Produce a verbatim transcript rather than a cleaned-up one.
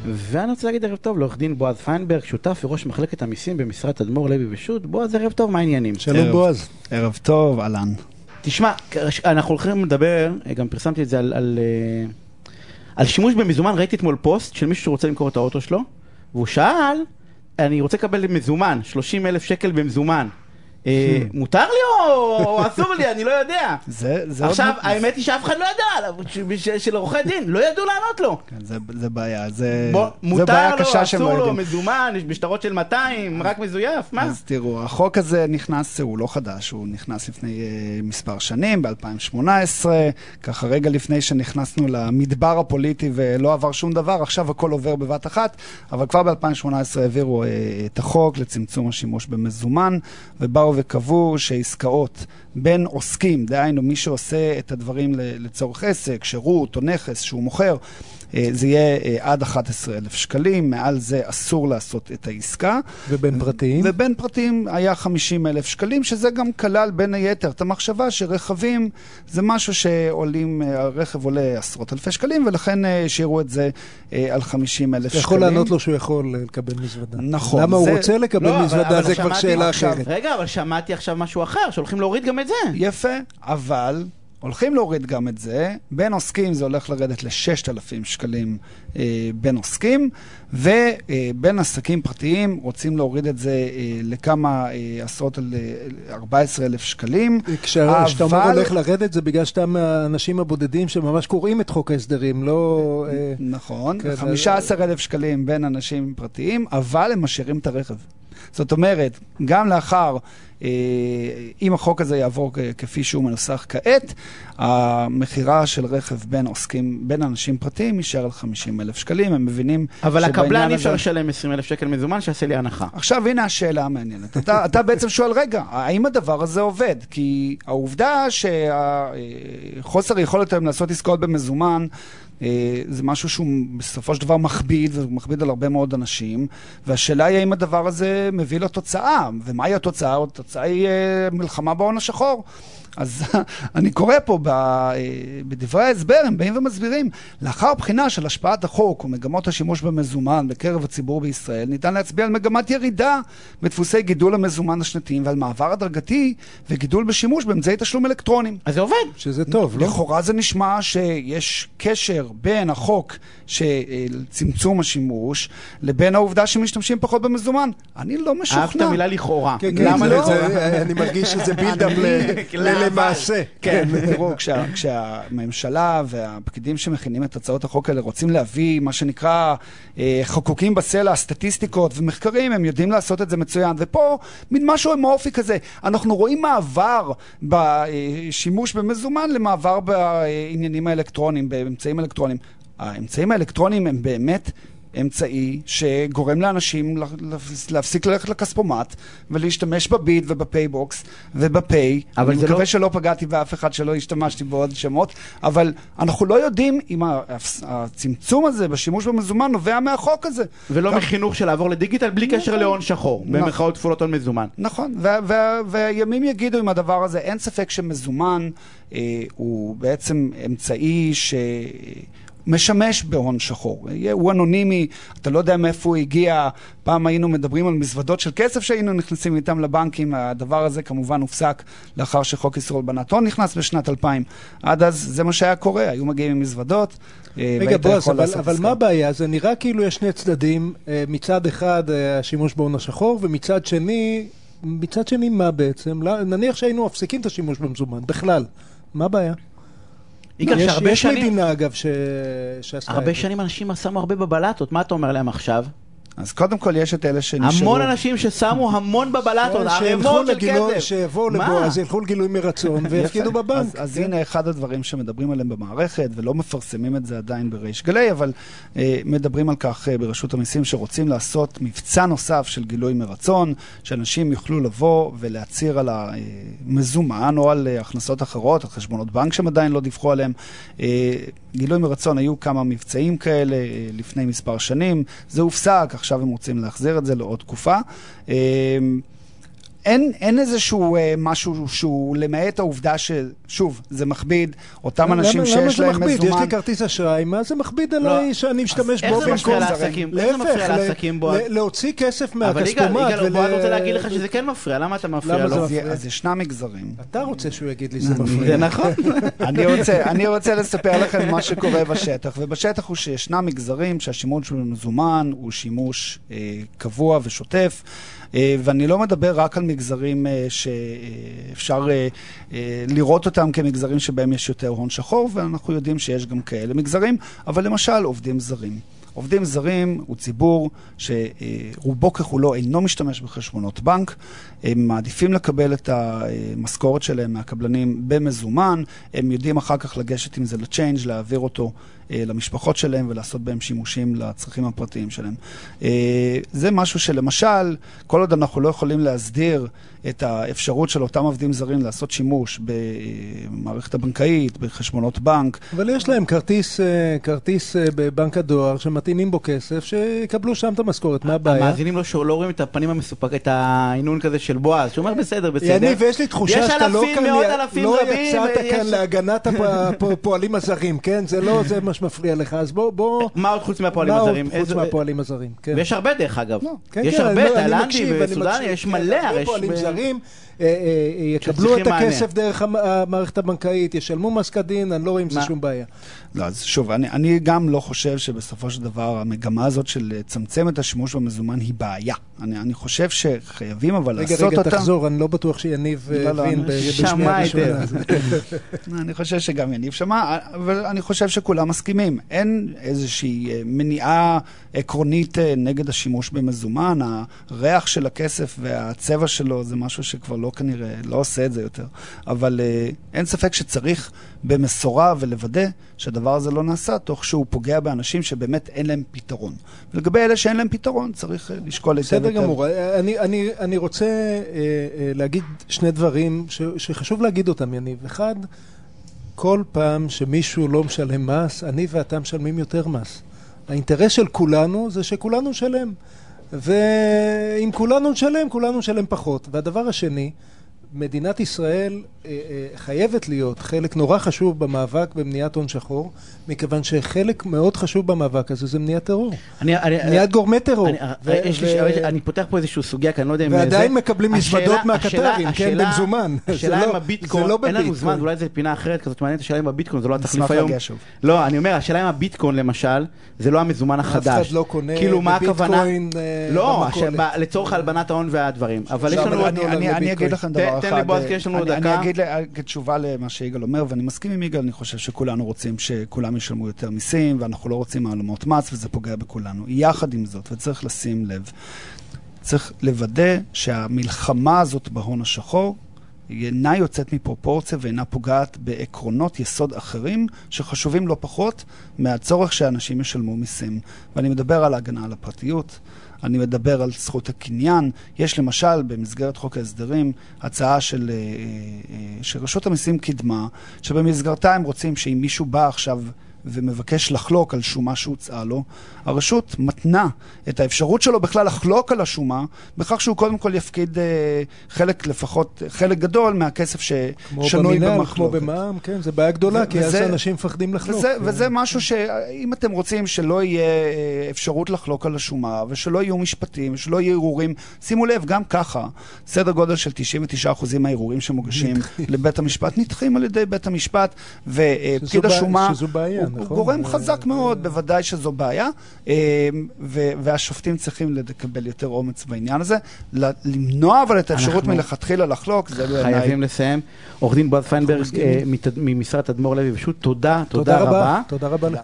ואני רוצה להגיד ערב טוב לעורך דין בועז פיינברג, שותף וראש מחלקת המיסים במשרד אדמור לוי ושות'. בועז, ערב טוב, מה העניינים? שלום בועז. ערב טוב, אלן. תשמע, אנחנו הולכים לדבר, גם פרסמתי את זה על, על, על שימוש במזומן. ראיתי אתמול פוסט של מישהו שרוצה למכור את האוטו שלו, והוא שאל, אני רוצה לקבל מזומן, שלושים אלף שקל במזומן. מותר לי או אסור לי, אני לא יודע. עכשיו, האמת היא שאף אחד לא ידע, של עורכי דין, לא ידעו לענות לו. זה בעיה, זה מותר לו, אסור לו, מזומן, יש בשטרות של מאתיים, רק מזויף, מה? אז תראו, החוק הזה נכנס, הוא לא חדש, הוא נכנס לפני מספר שנים, ב-אלפיים שמונה עשרה, ככה רגע לפני שנכנסנו למדבר הפוליטי ולא עבר שום דבר, עכשיו הכל עובר בבת אחת, אבל כבר ב-אלפיים שמונה עשרה העבירו את החוק לצמצום השימוש במזומן, ובאו וקבעו שעסקאות בין עוסקים, דהיינו מי שעושה את הדברים לצורך עסק, שירות או נכס שהוא מוכר, זה יהיה עד אחד עשר אלף שקלים, מעל זה אסור לעשות את העסקה. ובין פרטיים? ובין פרטיים היה חמישים אלף שקלים, שזה גם כלל בין היתר את המחשבה שרכבים זה משהו שעולים, הרכב עולה עשרות אלפי שקלים, ולכן שירו את זה על חמישים אלף שקלים. יכול לענות לו שהוא יכול לקבל מזוודה. נכון. למה הוא רוצה לקבל מזוודה, זה כבר שאלה אחרת. רגע, אבל שמעתי עכשיו משהו אחר, שהולכים להוריד גם את זה. יפה, אבל הולכים להוריד גם את זה. בין עוסקים זה הולך לרדת ל-ששת אלפים שקלים אה, בין עוסקים, ובין עסקים פרטיים רוצים להוריד את זה אה, לכמה אה, עשרות על אה, ארבעה עשר אלף שקלים. כשאתה אבל... אומר הולך לרדת זה בגלל שאתם האנשים הבודדים שממש קוראים את חוק ההסדרים, לא... אה... נכון, חמישה עשר אלף שקלים בין אנשים פרטיים, אבל הם משאירים את הרכב. זאת אומרת, גם לאחר, אם החוק הזה יעבור כפי שהוא מנוסח כעת, המחירה של רכב בין עוסקים, בין אנשים פרטיים, יישאר על חמישים אלף שקלים. הם מבינים... אבל הקבלן אפשר לשלם עשרים אלף שקל מזומן, שיעשה לי הנחה. עכשיו, הנה השאלה המעניינת. אתה, אתה בעצם שואל, רגע, האם הדבר הזה עובד? כי העובדה שהחוסר יכולת להם לעשות עסקאות במזומן, זה משהו שהוא בסופו של דבר מכביד, והוא מכביד על הרבה מאוד אנשים, והשאלה היא האם הדבר הזה מביא לתוצאה, ומהי התוצאה? התוצאה היא מלחמה בהון השחור. אז אני קורא פה בדברי ההסבר, הם באים ומסבירים, לאחר בחינה של השפעת החוק ומגמות השימוש במזומן בקרב הציבור בישראל, ניתן להצביע על מגמת ירידה בדפוסי גידול המזומן השנתיים, ועל מעבר הדרגתי וגידול בשימוש באמצעי תשלום אלקטרונים. אז זה עובד. שזה טוב, לא? לכאורה זה נשמע שיש קשר בין החוק של צמצום השימוש, לבין העובדה שמשתמשים פחות במזומן. אני לא משוכנע. אהבת המילה לכאורה. למה לכאורה? אני מרגיש שזה בילדאפ למעשה. כן, תראו, כשהממשלה והפקידים שמכינים את הצעות החוק האלה רוצים להביא מה שנקרא חקוקים בסלע, סטטיסטיקות ומחקרים, הם יודעים לעשות את זה מצוין. ופה, מין משהו אמורפי כזה. אנחנו רואים מעבר בשימוש במזומן למעבר בעניינים האלקטרוניים, באמצעים אלקטרוניים. האמצעים האלקטרוניים הם באמת אמצעי שגורם לאנשים להפסיק ללכת לכספומט ולהשתמש בביט ובפייבוקס ובפיי. אני מקווה שלא פגעתי באף אחד שלא השתמשתי בעוד שמות, אבל אנחנו לא יודעים אם הצמצום הזה בשימוש במזומן נובע מהחוק הזה. ולא מחינוך של לעבור לדיגיטל בלי קשר להון שחור, במרכאות כפולות הון מזומן. נכון, והימים יגידו עם הדבר הזה, אין ספק שמזומן הוא בעצם אמצעי ש... משמש בהון שחור. הוא אנונימי, אתה לא יודע מאיפה הוא הגיע. פעם היינו מדברים על מזוודות של כסף שהיינו נכנסים איתם לבנקים. הדבר הזה כמובן הופסק לאחר שחוק איסור הלבנת הון נכנס בשנת אלפיים. עד אז זה מה שהיה קורה, היו מגיעים עם מזוודות. רגע בוס, אבל, אבל מה הבעיה? זה נראה כאילו יש שני צדדים. מצד אחד השימוש בהון השחור, ומצד שני, מצד שני מה בעצם? נניח שהיינו מפסיקים את השימוש במזומן, בכלל. מה הבעיה? יש, יש מדינה אגב ש... הרבה שנים אנשים שמו הרבה בבלטות, מה אתה אומר להם עכשיו? אז קודם כל יש את אלה שנשארו... המון אנשים ששמו המון בבלטות, הרמות של כסף. שיבואו לבוא, אז ילכו לגילוי מרצון ויפקידו בבנק. אז הנה אחד הדברים שמדברים עליהם במערכת, ולא מפרסמים את זה עדיין בריש גלי, אבל מדברים על כך ברשות המיסים שרוצים לעשות מבצע נוסף של גילוי מרצון, שאנשים יוכלו לבוא ולהצהיר על המזומן או על הכנסות אחרות, על חשבונות בנק שהם עדיין לא דיווחו עליהם. גילוי מרצון, היו כמה מבצעים כאלה לפני מספר שנים, זה הופסק, עכשיו הם רוצים להחזיר את זה לעוד תקופה. אין, אין איזשהו אה, משהו שהוא למעט העובדה ששוב, זה מכביד, אותם אנשים שיש להם מזומן. למה זה מכביד? יש לי כרטיס אשראי, מה זה מכביד עליי שאני משתמש בו במקום זרים? איך זה מפריע לעסקים בו? להוציא כסף מהכספומט. אבל יגאל, בוא אני רוצה להגיד לך שזה כן מפריע, למה אתה מפריע לו? אז ישנם מגזרים. אתה רוצה שהוא יגיד לי שזה מפריע. זה נכון. אני רוצה לספר לכם מה שקורה בשטח, ובשטח הוא שישנם מגזרים שהשימוש במזומן הוא שימוש קבוע ושוטף, ואני לא מדבר רק על מגזרים שאפשר לראות אותם כמגזרים שבהם יש יותר הון שחור, ואנחנו יודעים שיש גם כאלה מגזרים, אבל למשל עובדים זרים. עובדים זרים הוא ציבור שרובו ככולו אינו משתמש בחשבונות בנק, הם מעדיפים לקבל את המשכורת שלהם מהקבלנים במזומן, הם יודעים אחר כך לגשת עם זה לצ'יינג', להעביר אותו למשפחות שלהם ולעשות בהם שימושים לצרכים הפרטיים שלהם. זה משהו שלמשל, כל עוד אנחנו לא יכולים להסדיר את האפשרות של אותם עובדים זרים לעשות שימוש במערכת הבנקאית, בחשבונות בנק. אבל יש להם כרטיס, כרטיס בבנק הדואר שמתאינים בו כסף, שיקבלו שם את המשכורת, מה הבעיה? המאזינים לא לא רואים את הפנים המסופק, את העינון כזה של בועז, שאומר בסדר, בסדר. יניב, ויש לי תחושה שאתה לא כאן, לא יצאת יש... כאן להגנת הפועלים הזרים, כן? זה לא זה מה שמפריע לך, אז בוא, בוא... מה עוד חוץ מהפועלים הזרים? מה עוד חוץ מהפועלים הזרים, כן. ויש הרבה דרך אגב. כן, יש כן, הרבה, תאילנדי וסודני, יש מלא. הרבה פועלים זרים, יקבלו את הכסף דרך המערכת הבנקאית, ישלמו מס כדין, אני לא רואה עם זה שום בעיה. לא, אז שוב, אני, אני גם לא חושב שבסופו של דבר המגמה הזאת של לצמצם את השימוש במזומן היא בעיה. אני, אני חושב שחייבים אבל רגע, לעשות רגע, אותה... רגע, תחזור, אני לא בטוח שיניב הבין בשמיעה ראשונה. אני חושב שגם יניב שמע, אבל אני חושב שכולם מסכימים. אין איזושהי מניעה עקרונית נגד השימוש במזומן. הריח של הכסף והצבע שלו זה משהו שכבר לא כנראה, לא עושה את זה יותר. אבל אין ספק שצריך במסורה ולוודא שהדבר הזה לא נעשה, תוך שהוא פוגע באנשים שבאמת אין להם פתרון. ולגבי אלה שאין להם פתרון, צריך לשקול היטב. בסדר גמור. אני, אני, אני רוצה אה, אה, להגיד שני דברים ש, שחשוב להגיד אותם, יניב. אחד, כל פעם שמישהו לא משלם מס, אני ואתה משלמים יותר מס. האינטרס של כולנו זה שכולנו נשלם. ואם כולנו נשלם, כולנו נשלם פחות. והדבר השני, מדינת ישראל אה, אה, חייבת להיות חלק נורא חשוב במאבק במניעת הון שחור, מכיוון שחלק מאוד חשוב במאבק הזה זה מניעת טרור. אני, אני, מניעת גורמי טרור. אני, ו- יש לי, ו- אני פותח פה איזשהו סוגיה, כי אני לא יודע אם זה... ועדיין מקבלים מזוודות מהקטרים, כן, במזומן. השאלה אם הביטקוין, אין לנו זמן, אולי זה פינה אחרת כזאת מעניינת, השאלה אם הביטקוין, זה לא התחליף היום. לא, אני אומר, השאלה אם הביטקוין למשל, זה לא המזומן החדש. אף אחד לא קונה בביטקוין במקום. לא, לצורך הלבנת ההון והדברים. אבל יש לנו... אני אגיד לכם דבר אחד. תן לי בועז, כי יש לנו דקה. אני אגיד כתשובה למה שיגאל אומר, ואני מסכים עם יגאל, אני חושב שכולנו רוצים שכולם ישלמו יותר מיסים, ואנחנו לא רוצים מעלמות מס, וזה פוגע בכולנו. יחד עם זאת, וצריך לשים לב, צריך לוודא שהמלחמה הזאת בהון השחור, היא אינה יוצאת מפרופורציה ואינה פוגעת בעקרונות יסוד אחרים שחשובים לא פחות מהצורך שאנשים ישלמו מיסים. ואני מדבר על ההגנה על הפרטיות, אני מדבר על זכות הקניין. יש למשל במסגרת חוק ההסדרים הצעה של, שרשות המיסים קידמה, שבמסגרתה הם רוצים שאם מישהו בא עכשיו ומבקש לחלוק על שומה שהוצאה לו, הרשות מתנה את האפשרות שלו בכלל לחלוק על השומה, בכך שהוא קודם כל יפקיד אה, חלק לפחות, חלק גדול מהכסף ששנוי במחלוקת. כמו במע"מ, כן, זה בעיה גדולה, כי אז אנשים מפחדים לחלוק. וזה, וזה משהו שאם אתם רוצים שלא יהיה אפשרות לחלוק על השומה, ושלא יהיו משפטים, ושלא יהיו ערעורים, שימו לב, גם ככה, סדר גודל של תשעים ותשעה אחוז מהערעורים שמוגשים לבית המשפט, נדחים על ידי בית המשפט, ופקיד השומה הוא גורם חזק מאוד, בוודאי שזו בעיה, והשופטים צריכים לקבל יותר אומץ בעניין הזה, למנוע אבל את האפשרות מלכתחילה לחלוק, זה בעיניי. חייבים לסיים. עורך דין בועז פיינברג ממשרד תדמור לוי, פשוט תודה, תודה רבה. תודה רבה.